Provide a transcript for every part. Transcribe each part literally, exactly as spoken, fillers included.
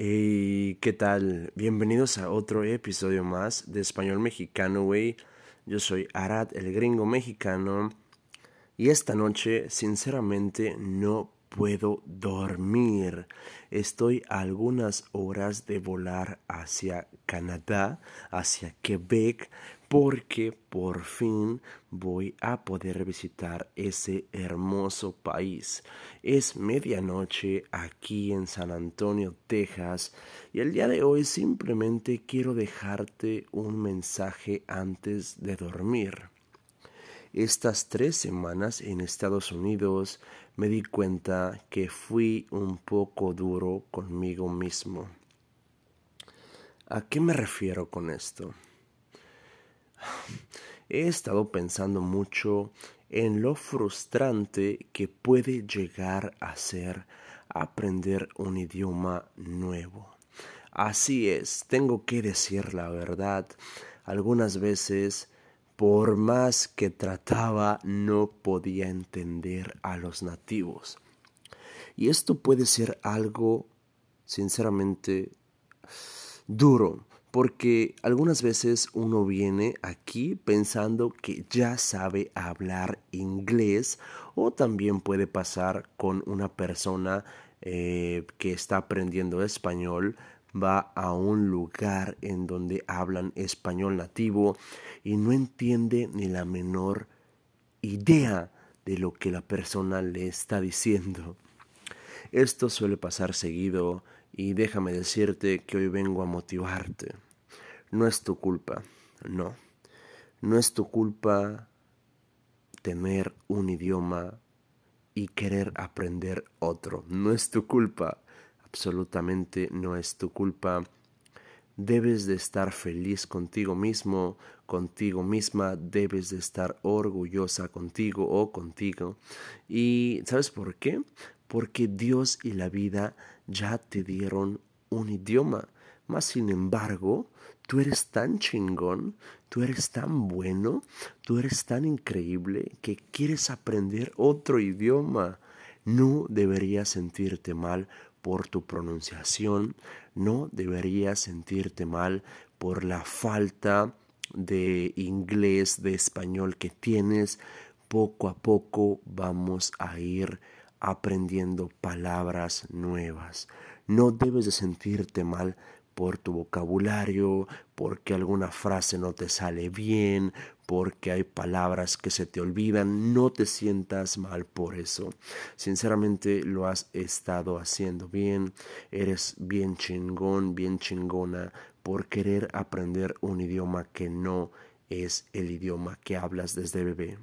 Hey, ¿qué tal? Bienvenidos a otro episodio más de Español Mexicano, güey. Yo soy Arad, el gringo mexicano, y esta noche, sinceramente, no puedo dormir. Estoy a algunas horas de volar hacia Canadá, hacia Quebec, porque por fin voy a poder visitar ese hermoso país. Es medianoche aquí en San Antonio, Texas, y el día de hoy simplemente quiero dejarte un mensaje antes de dormir. Estas tres semanas en Estados Unidos me di cuenta que fui un poco duro conmigo mismo. ¿A qué me refiero con esto? He estado pensando mucho en lo frustrante que puede llegar a ser aprender un idioma nuevo. Así es, tengo que decir la verdad. Algunas veces, por más que trataba, no podía entender a los nativos. Y esto puede ser algo, sinceramente, duro, porque algunas veces uno viene aquí pensando que ya sabe hablar inglés, o también puede pasar con una persona eh, que está aprendiendo español, va a un lugar en donde hablan español nativo y no entiende ni la menor idea de lo que la persona le está diciendo. Esto suele pasar seguido y déjame decirte que hoy vengo a motivarte. No es tu culpa, no. No es tu culpa tener un idioma y querer aprender otro. No es tu culpa, absolutamente no es tu culpa. Debes de estar feliz contigo mismo, contigo misma, debes de estar orgullosa contigo o contigo. ¿Y sabes por qué? Porque Dios y la vida ya te dieron un idioma. Mas sin embargo, tú eres tan chingón, tú eres tan bueno, tú eres tan increíble que quieres aprender otro idioma. No deberías sentirte mal por tu pronunciación, no deberías sentirte mal por la falta de inglés, de español que tienes. Poco a poco vamos a ir aprendiendo palabras nuevas. No debes de sentirte mal por tu vocabulario, porque alguna frase no te sale bien, porque hay palabras que se te olvidan. No te sientas mal por eso. Sinceramente lo has estado haciendo bien. Eres bien chingón, bien chingona por querer aprender un idioma que no es el idioma que hablas desde bebé.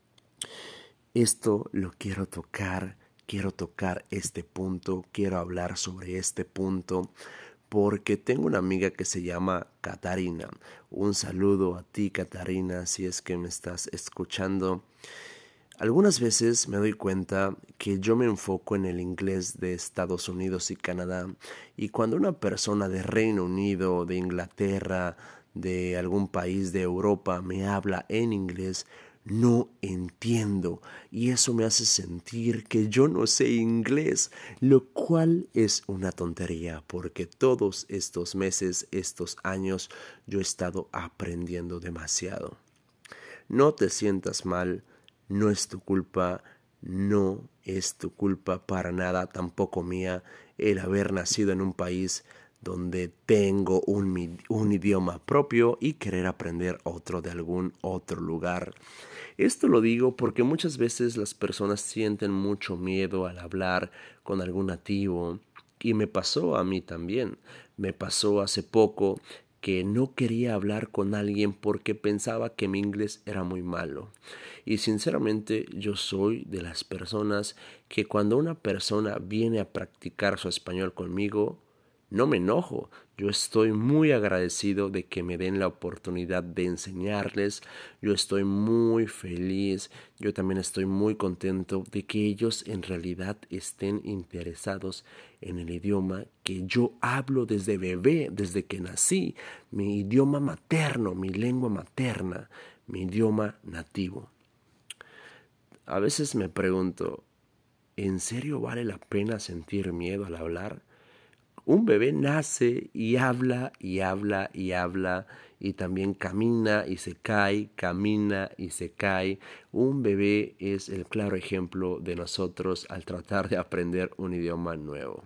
Esto lo quiero tocar, quiero tocar este punto, quiero hablar sobre este punto, porque tengo una amiga que se llama Catarina. Un saludo a ti, Catarina, si es que me estás escuchando. Algunas veces me doy cuenta que yo me enfoco en el inglés de Estados Unidos y Canadá, y cuando una persona de Reino Unido, de Inglaterra, de algún país de Europa me habla en inglés, no entiendo, y eso me hace sentir que yo no sé inglés, lo cual es una tontería porque todos estos meses, estos años, yo he estado aprendiendo demasiado. No te sientas mal, no es tu culpa, no es tu culpa para nada, tampoco mía, el haber nacido en un país donde tengo un, un idioma propio y querer aprender otro de algún otro lugar. Esto lo digo porque muchas veces las personas sienten mucho miedo al hablar con algún nativo, y me pasó a mí también. Me pasó hace poco que no quería hablar con alguien porque pensaba que mi inglés era muy malo. Y sinceramente yo soy de las personas que cuando una persona viene a practicar su español conmigo, no me enojo. Yo estoy muy agradecido de que me den la oportunidad de enseñarles. Yo estoy muy feliz. Yo también estoy muy contento de que ellos en realidad estén interesados en el idioma que yo hablo desde bebé, desde que nací. Mi idioma materno, mi lengua materna, mi idioma nativo. A veces me pregunto, ¿en serio vale la pena sentir miedo al hablar? Un bebé nace y habla y habla y habla y también camina y se cae, camina y se cae. Un bebé es el claro ejemplo de nosotros al tratar de aprender un idioma nuevo.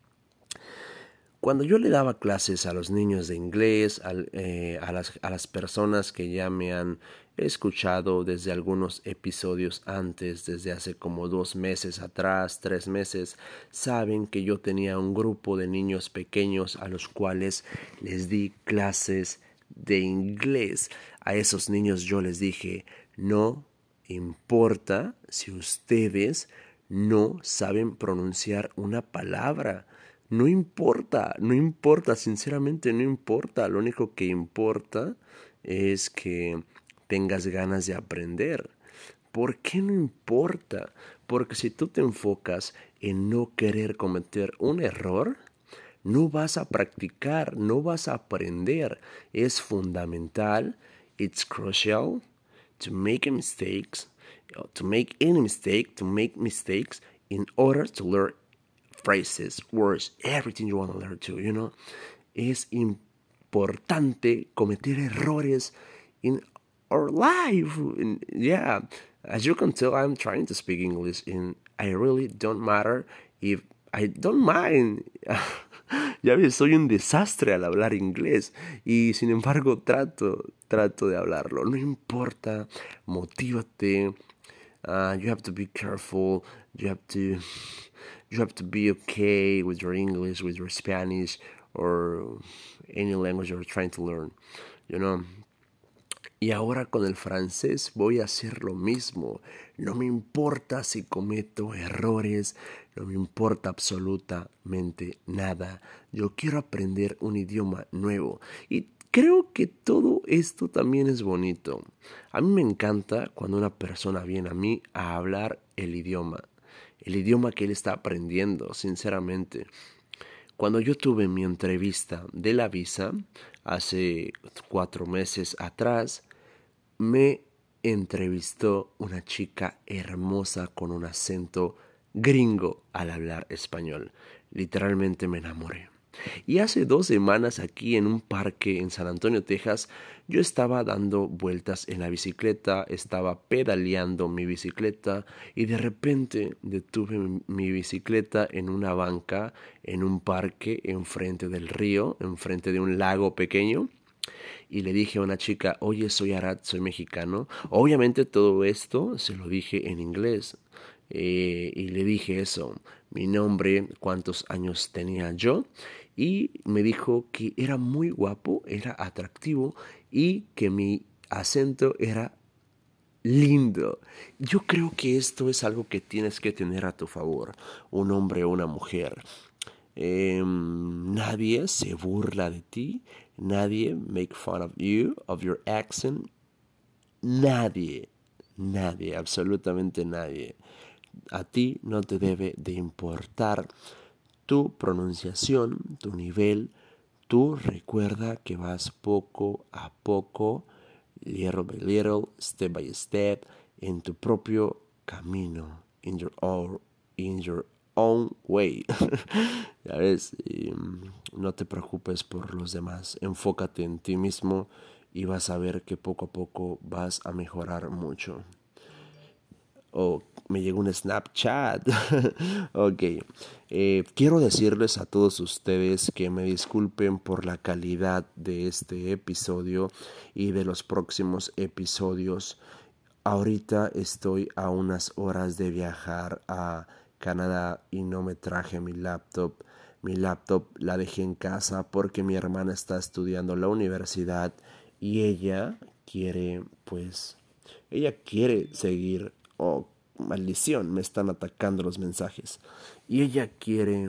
Cuando yo le daba clases a los niños de inglés, al, eh, a, las, a las personas que ya me han escuchado desde algunos episodios antes, desde hace como dos meses atrás, tres meses, saben que yo tenía un grupo de niños pequeños a los cuales les di clases de inglés. A esos niños yo les dije, no importa si ustedes no saben pronunciar una palabra. No importa, no importa, sinceramente no importa. Lo único que importa es que tengas ganas de aprender. ¿Por qué no importa? Porque si tú te enfocas en no querer cometer un error, no vas a practicar, no vas a aprender. Es fundamental, it's crucial to make mistakes, to make any mistake, to make mistakes in order to learn phrases, words, everything you want to learn too, you know. Es importante cometer errores in our life. And yeah, as you can tell, I'm trying to speak English and I really don't matter if I don't mind. Ya ves, soy un desastre al hablar inglés y sin embargo trato, trato de hablarlo. No importa, motívate. Uh, you have to be careful. You have to, you have to be okay with your English, with your Spanish, or any language you're trying to learn. You know. Y ahora con el francés voy a hacer lo mismo. No me importa si cometo errores, no me importa absolutamente nada. Yo quiero aprender un idioma nuevo. Y creo que todo esto también es bonito. A mí me encanta cuando una persona viene a mí a hablar el idioma. El idioma que él está aprendiendo, sinceramente. Cuando yo tuve mi entrevista de la visa, hace cuatro meses atrás, me entrevistó una chica hermosa con un acento gringo al hablar español. Literalmente me enamoré. Y hace dos semanas aquí en un parque en San Antonio, Texas, yo estaba dando vueltas en la bicicleta, estaba pedaleando mi bicicleta y de repente detuve mi bicicleta en una banca, en un parque, enfrente del río, enfrente de un lago pequeño. Y le dije a una chica, oye, soy Arad, soy mexicano. Obviamente todo esto se lo dije en inglés. Eh, y le dije eso, mi nombre, cuántos años tenía yo. Y me dijo que era muy guapo, era atractivo y que mi acento era lindo. Yo creo que esto es algo que tienes que tener a tu favor, un hombre o una mujer. Eh, nadie se burla de ti, nadie make fun of you, of your accent, nadie, nadie, absolutamente nadie. A ti no te debe de importar tu pronunciación, tu nivel. Tú recuerda que vas poco a poco, little by little, step by step, en tu propio camino, in your own, in your own way. Ya ves, y, no te preocupes por los demás, enfócate en ti mismo y vas a ver que poco a poco vas a mejorar mucho. Oh, me llegó un Snapchat. Ok. Eh, quiero decirles a todos ustedes que me disculpen por la calidad de este episodio y de los próximos episodios. Ahorita estoy a unas horas de viajar a Canadá y no me traje mi laptop. Mi laptop la dejé en casa porque mi hermana está estudiando la universidad y ella quiere, pues, ella quiere seguir. Oh, maldición, me están atacando los mensajes. Y ella quiere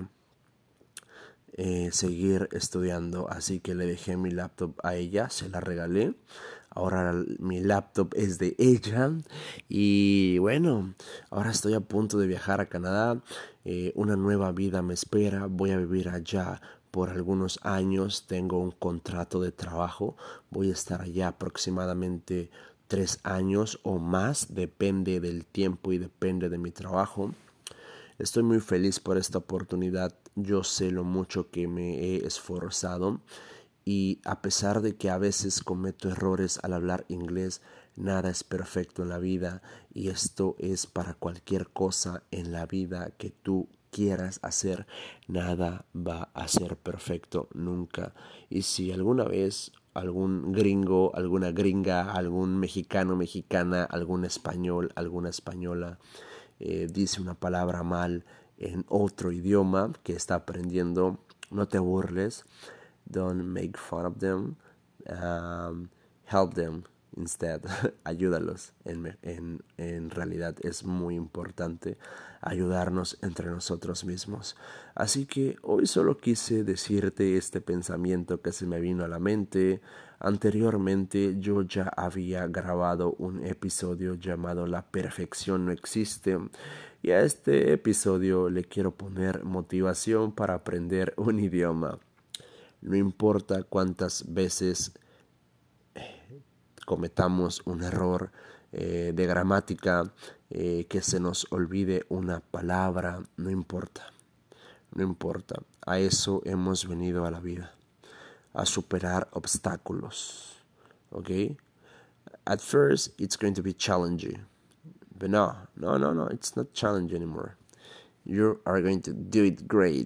eh, seguir estudiando, así que le dejé mi laptop a ella, se la regalé. Ahora mi laptop es de ella. Y bueno, ahora estoy a punto de viajar a Canadá. Eh, una nueva vida me espera. Voy a vivir allá por algunos años. Tengo un contrato de trabajo. Voy a estar allá aproximadamente tres años o más, depende del tiempo y depende de mi trabajo. Estoy muy feliz por esta oportunidad yo sé lo mucho que me he esforzado y a pesar de que a veces cometo errores al hablar inglés, nada es perfecto en la vida y esto es para cualquier cosa en la vida que tú quieras hacer, nada va a ser perfecto nunca. Y si alguna vez algún gringo, alguna gringa, algún mexicano, mexicana, algún español, alguna española eh, dice una palabra mal en otro idioma que está aprendiendo, no te burles. Don't make fun of them. Um, help them instead. Ayúdalos. En, en, en realidad es muy importante ayudarnos entre nosotros mismos. Así que hoy solo quise decirte este pensamiento que se me vino a la mente. Anteriormente yo ya había grabado un episodio llamado La perfección no existe. Y a este episodio le quiero poner motivación para aprender un idioma. No importa cuántas veces cometamos un error eh, de gramática, eh, que se nos olvide una palabra, no importa, no importa. A eso hemos venido a la vida, a superar obstáculos, ¿ok? At first, it's going to be challenging, but no, no, no, no, it's not challenging anymore. You are going to do it great.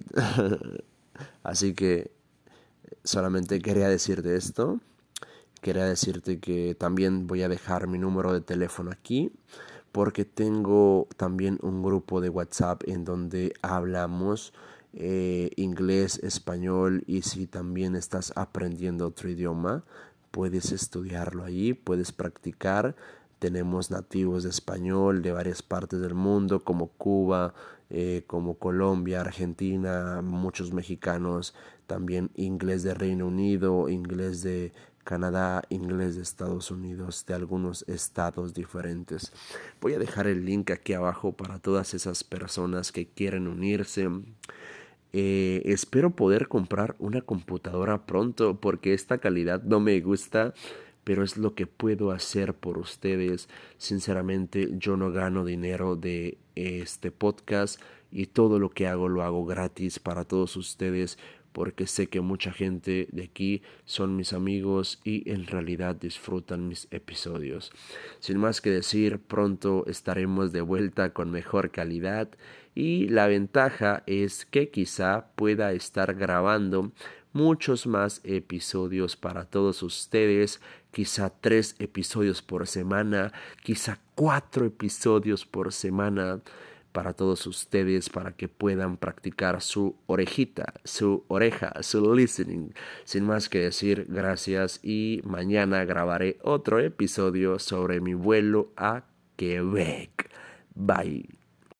Así que solamente quería decirte esto. Quería decirte que también voy a dejar mi número de teléfono aquí porque tengo también un grupo de WhatsApp en donde hablamos eh, inglés, español y si también estás aprendiendo otro idioma, puedes estudiarlo ahí, puedes practicar. Tenemos nativos de español de varias partes del mundo como Cuba, eh, como Colombia, Argentina, muchos mexicanos, también inglés de Reino Unido, inglés de Canadá, inglés de Estados Unidos, de algunos estados diferentes. Voy a dejar el link aquí abajo para todas esas personas que quieren unirse. Eh, espero poder comprar una computadora pronto porque esta calidad no me gusta, pero es lo que puedo hacer por ustedes. Sinceramente, yo no gano dinero de este podcast y todo lo que hago lo hago gratis para todos ustedes porque sé que mucha gente de aquí son mis amigos y en realidad disfrutan mis episodios. Sin más que decir, pronto estaremos de vuelta con mejor calidad y la ventaja es que quizá pueda estar grabando muchos más episodios para todos ustedes, quizá tres episodios por semana, quizá cuatro episodios por semana para todos ustedes, para que puedan practicar su orejita, su oreja, su listening. Sin más que decir, gracias y mañana grabaré otro episodio sobre mi vuelo a Quebec. Bye.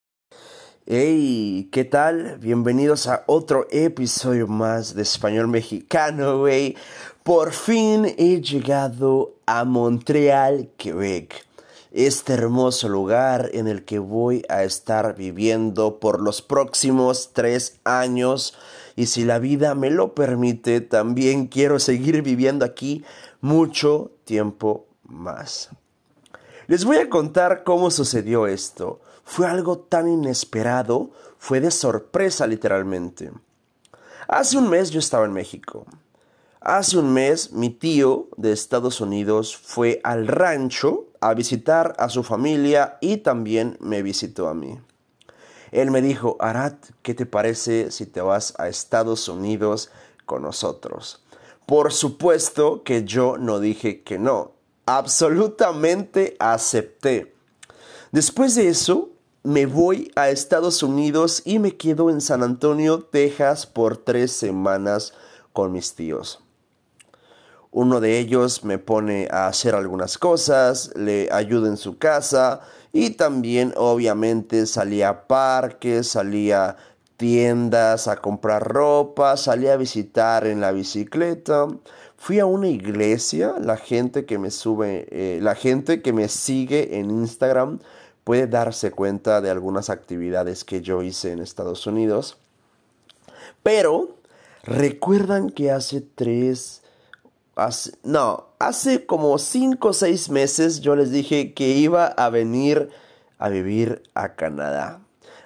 Hey, ¿qué tal? Bienvenidos a otro episodio más de Español Mexicano, güey. Por fin he llegado a Montreal, Quebec. Este hermoso lugar en el que voy a estar viviendo por los próximos tres años. Y si la vida me lo permite, también quiero seguir viviendo aquí mucho tiempo más. Les voy a contar cómo sucedió esto. Fue algo tan inesperado, fue de sorpresa literalmente. Hace un mes yo estaba en México. Hace un mes mi tío de Estados Unidos fue al rancho a visitar a su familia y también me visitó a mí. Él me dijo, Arad, ¿qué te parece si te vas a Estados Unidos con nosotros? Por supuesto que yo no dije que no. Absolutamente acepté. Después de eso, me voy a Estados Unidos y me quedo en San Antonio, Texas por tres semanas con mis tíos. Uno de ellos me pone a hacer algunas cosas, le ayudo en su casa y también obviamente salía a parques, salía a tiendas a comprar ropa, salía a visitar en la bicicleta. Fui a una iglesia, la gente que me sube, eh, la gente que me sigue en Instagram puede darse cuenta de algunas actividades que yo hice en Estados Unidos. Pero recuerdan que hace tres Hace, no, hace como cinco o seis meses yo les dije que iba a venir a vivir a Canadá.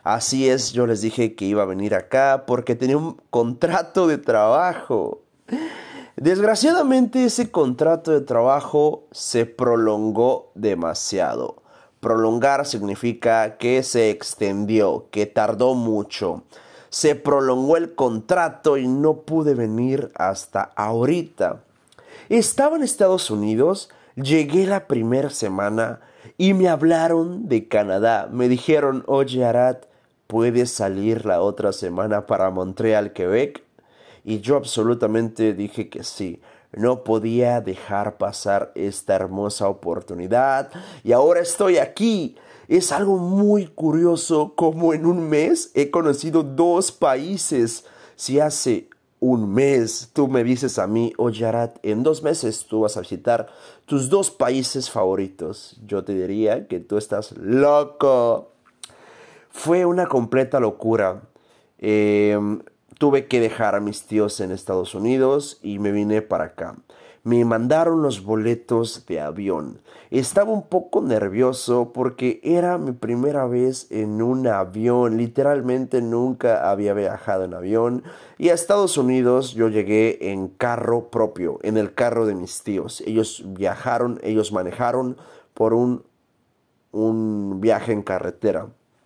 Así es, yo les dije que iba a venir acá porque tenía un contrato de trabajo. Desgraciadamente ese contrato de trabajo se prolongó demasiado. Prolongar significa que se extendió, que tardó mucho. Se prolongó el contrato y no pude venir hasta ahorita. Estaba en Estados Unidos, llegué la primera semana y me hablaron de Canadá. Me dijeron, oye Arad, ¿puedes salir la otra semana para Montreal, Quebec? Y yo absolutamente dije que sí. No podía dejar pasar esta hermosa oportunidad. Y ahora estoy aquí. Es algo muy curioso como en un mes he conocido dos países. Si hace un mes tú me dices a mí, oye Arad, en dos meses tú vas a visitar tus dos países favoritos, yo te diría que tú estás loco. Fue una completa locura. Eh, Tuve que dejar a mis tíos en Estados Unidos y me vine para acá. Me mandaron los boletos de avión. Estaba un poco nervioso porque era mi primera vez en un avión. Literalmente nunca había viajado en avión. Y a Estados Unidos yo llegué en carro propio, en el carro de mis tíos. Ellos viajaron, ellos manejaron por un, un viaje en carretera.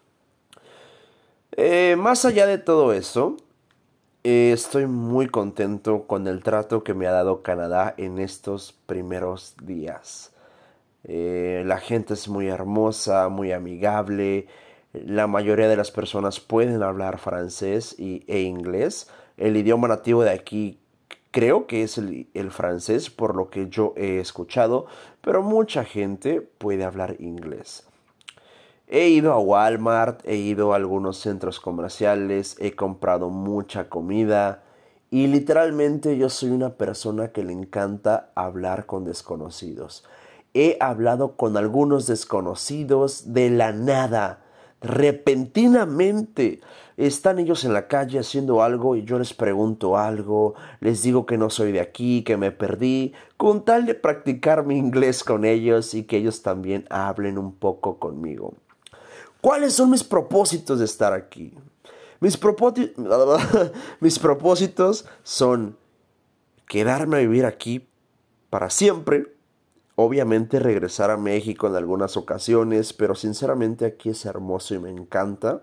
Eh, más allá de todo eso, eh, estoy muy contento con el trato que me ha dado Canadá en estos primeros días. Eh, la gente es muy hermosa, muy amigable. La mayoría de las personas pueden hablar francés y, e inglés. El idioma nativo de aquí creo que es el, el francés, por lo que yo he escuchado, pero mucha gente puede hablar inglés. He ido a Walmart, he ido a algunos centros comerciales, he comprado mucha comida y literalmente yo soy una persona que le encanta hablar con desconocidos. He hablado con algunos desconocidos de la nada, repentinamente. Están ellos en la calle haciendo algo y yo les pregunto algo, les digo que no soy de aquí, que me perdí, con tal de practicar mi inglés con ellos y que ellos también hablen un poco conmigo. ¿Cuáles son mis propósitos de estar aquí? Mis, propóti- mis propósitos son quedarme a vivir aquí para siempre. Obviamente regresar a México en algunas ocasiones, pero sinceramente aquí es hermoso y me encanta.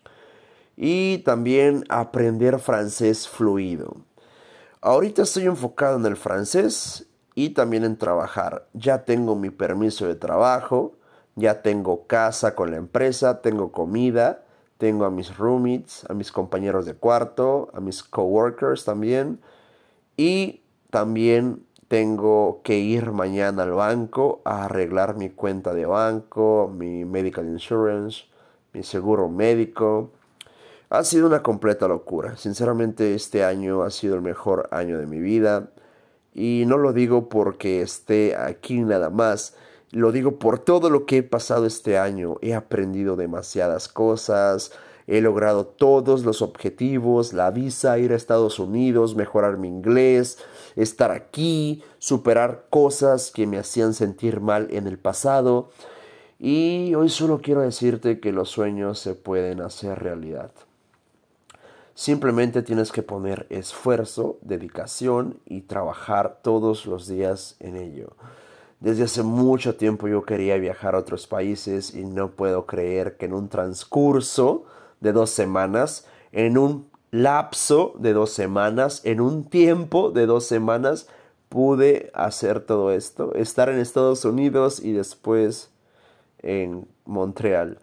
Y también aprender francés fluido. Ahorita estoy enfocado en el francés y también en trabajar. Ya tengo mi permiso de trabajo, ya tengo casa con la empresa, tengo comida, tengo a mis roommates, a mis compañeros de cuarto, a mis coworkers también. Y también tengo que ir mañana al banco a arreglar mi cuenta de banco, mi medical insurance, mi seguro médico. Ha sido una completa locura. Sinceramente, este año ha sido el mejor año de mi vida. Y no lo digo porque esté aquí nada más. Lo digo por todo lo que he pasado este año. He aprendido demasiadas cosas. He logrado todos los objetivos. La visa, ir a Estados Unidos, mejorar mi inglés, estar aquí, superar cosas que me hacían sentir mal en el pasado. Y hoy solo quiero decirte que los sueños se pueden hacer realidad. Simplemente tienes que poner esfuerzo, dedicación y trabajar todos los días en ello. Desde hace mucho tiempo yo quería viajar a otros países y no puedo creer que en un transcurso de dos semanas, en un lapso de dos semanas, en un tiempo de dos semanas, pude hacer todo esto. Estar en Estados Unidos y después en Montreal.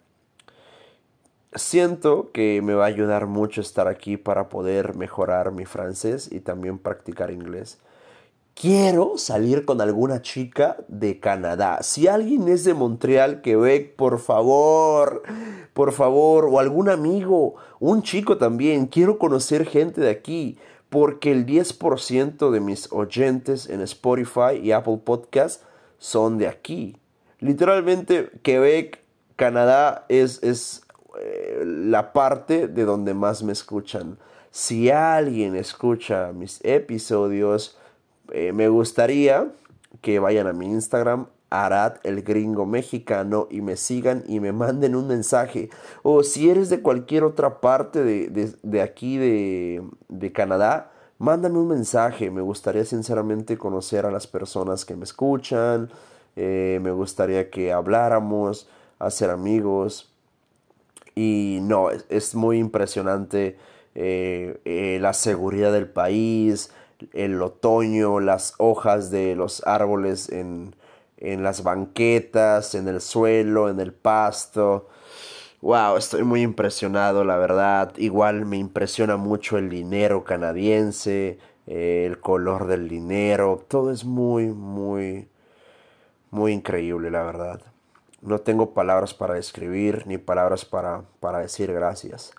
Siento que me va a ayudar mucho estar aquí para poder mejorar mi francés y también practicar inglés. Quiero salir con alguna chica de Canadá. Si alguien es de Montreal, Quebec, por favor, por favor, o algún amigo, un chico también. Quiero conocer gente de aquí, porque el diez por ciento de mis oyentes en Spotify y Apple Podcast son de aquí. Literalmente, Quebec, Canadá es, es eh, la parte de donde más me escuchan. Si alguien escucha mis episodios, eh, me gustaría que vayan a mi Instagram, Arad el gringo mexicano y me sigan y me manden un mensaje. O si eres de cualquier otra parte de, de, de aquí de, de Canadá, mándame un mensaje. Me gustaría sinceramente conocer a las personas que me escuchan. Eh, me gustaría que habláramos, hacer amigos. Y no, es, es muy impresionante eh, eh, la seguridad del país, el otoño, las hojas de los árboles en, en las banquetas, en el suelo, en el pasto. Wow, estoy muy impresionado, la verdad. Igual me impresiona mucho el dinero canadiense, eh, el color del dinero. Todo es muy, muy, muy increíble, la verdad. No tengo palabras para describir ni palabras para, para decir gracias.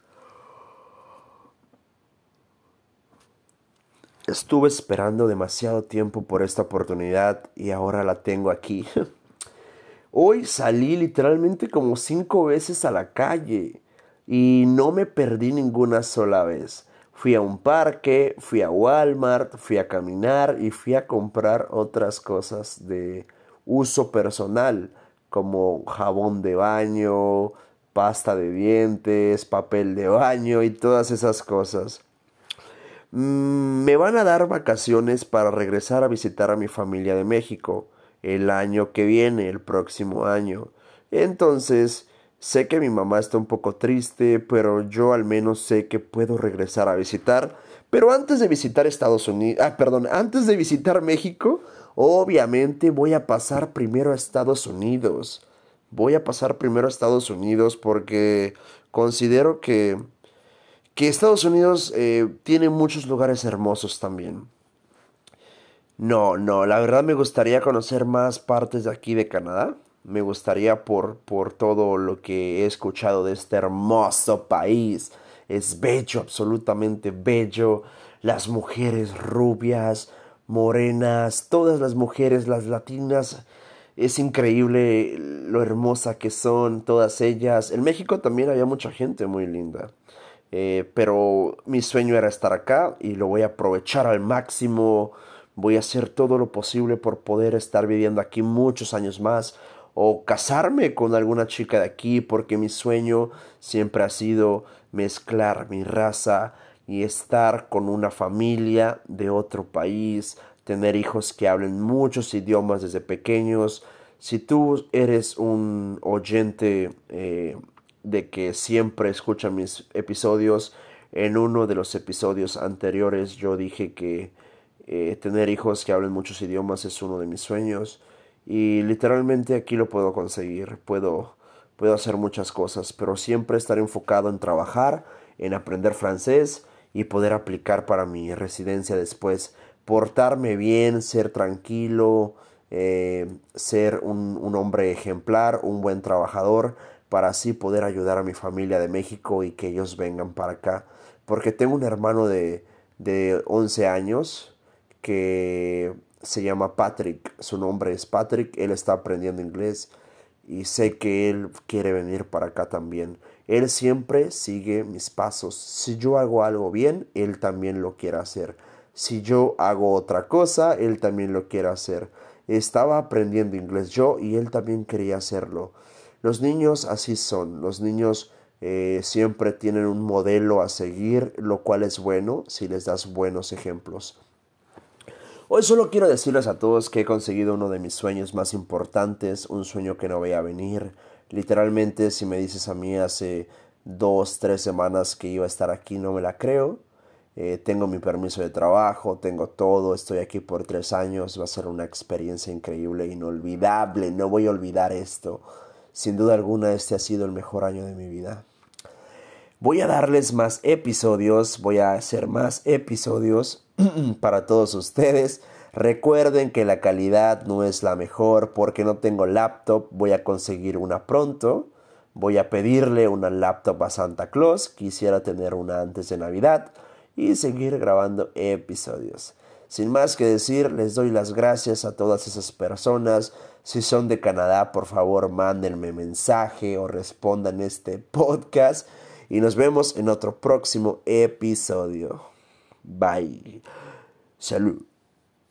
Estuve esperando demasiado tiempo por esta oportunidad y ahora la tengo aquí. Hoy salí literalmente como cinco veces a la calle y no me perdí ninguna sola vez. Fui a un parque, fui a Walmart, fui a caminar y fui a comprar otras cosas de uso personal como jabón de baño, pasta de dientes, papel de baño y todas esas cosas. Mm, me van a dar vacaciones para regresar a visitar a mi familia de México el año que viene, el próximo año. Entonces, sé que mi mamá está un poco triste, pero yo al menos sé que puedo regresar a visitar. Pero antes de visitar Estados Unidos, ah, perdón, antes de visitar México, obviamente voy a pasar primero a Estados Unidos. Voy a pasar primero a Estados Unidos porque considero que que Estados Unidos eh, tiene muchos lugares hermosos también. No, no, la verdad me gustaría conocer más partes de aquí de Canadá. Me gustaría por, por todo lo que he escuchado de este hermoso país. Es bello, absolutamente bello. Las mujeres rubias, morenas, todas las mujeres, las latinas. Es increíble lo hermosa que son todas ellas. En México también había mucha gente muy linda. Eh, pero mi sueño era estar acá y lo voy a aprovechar al máximo. Voy a hacer todo lo posible por poder estar viviendo aquí muchos años más o casarme con alguna chica de aquí porque mi sueño siempre ha sido mezclar mi raza y estar con una familia de otro país, tener hijos que hablen muchos idiomas desde pequeños. Si tú eres un oyente eh, de que siempre escucha mis episodios, en uno de los episodios anteriores yo dije que eh, tener hijos que hablen muchos idiomas es uno de mis sueños y literalmente aquí lo puedo conseguir. Puedo, puedo hacer muchas cosas, pero siempre estar enfocado en trabajar, en aprender francés y poder aplicar para mi residencia después. Portarme bien, ser tranquilo, eh, ser un, un hombre ejemplar, un buen trabajador, para así poder ayudar a mi familia de México y que ellos vengan para acá. Porque tengo un hermano de, de once años que se llama Patrick. Su nombre es Patrick. Él está aprendiendo inglés y sé que él quiere venir para acá también. Él siempre sigue mis pasos. Si yo hago algo bien, él también lo quiere hacer. Si yo hago otra cosa, él también lo quiere hacer. Estaba aprendiendo inglés yo y él también quería hacerlo. Los niños así son. Los niños eh, siempre tienen un modelo a seguir, lo cual es bueno si les das buenos ejemplos. Hoy solo quiero decirles a todos que he conseguido uno de mis sueños más importantes, un sueño que no veía venir. Literalmente, si me dices a mí hace dos, tres semanas que iba a estar aquí, no me la creo. Eh, tengo mi permiso de trabajo, tengo todo, estoy aquí por tres años, va a ser una experiencia increíble, inolvidable, no voy a olvidar esto. Sin duda alguna, este ha sido el mejor año de mi vida. Voy a darles más episodios, voy a hacer más episodios para todos ustedes. Recuerden que la calidad no es la mejor porque no tengo laptop, voy a conseguir una pronto. Voy a pedirle una laptop a Santa Claus, quisiera tener una antes de Navidad y seguir grabando episodios. Sin más que decir, les doy las gracias a todas esas personas. Si son de Canadá, por favor, mándenme mensaje o respondan este podcast. Y nos vemos en otro próximo episodio. Bye. Salud.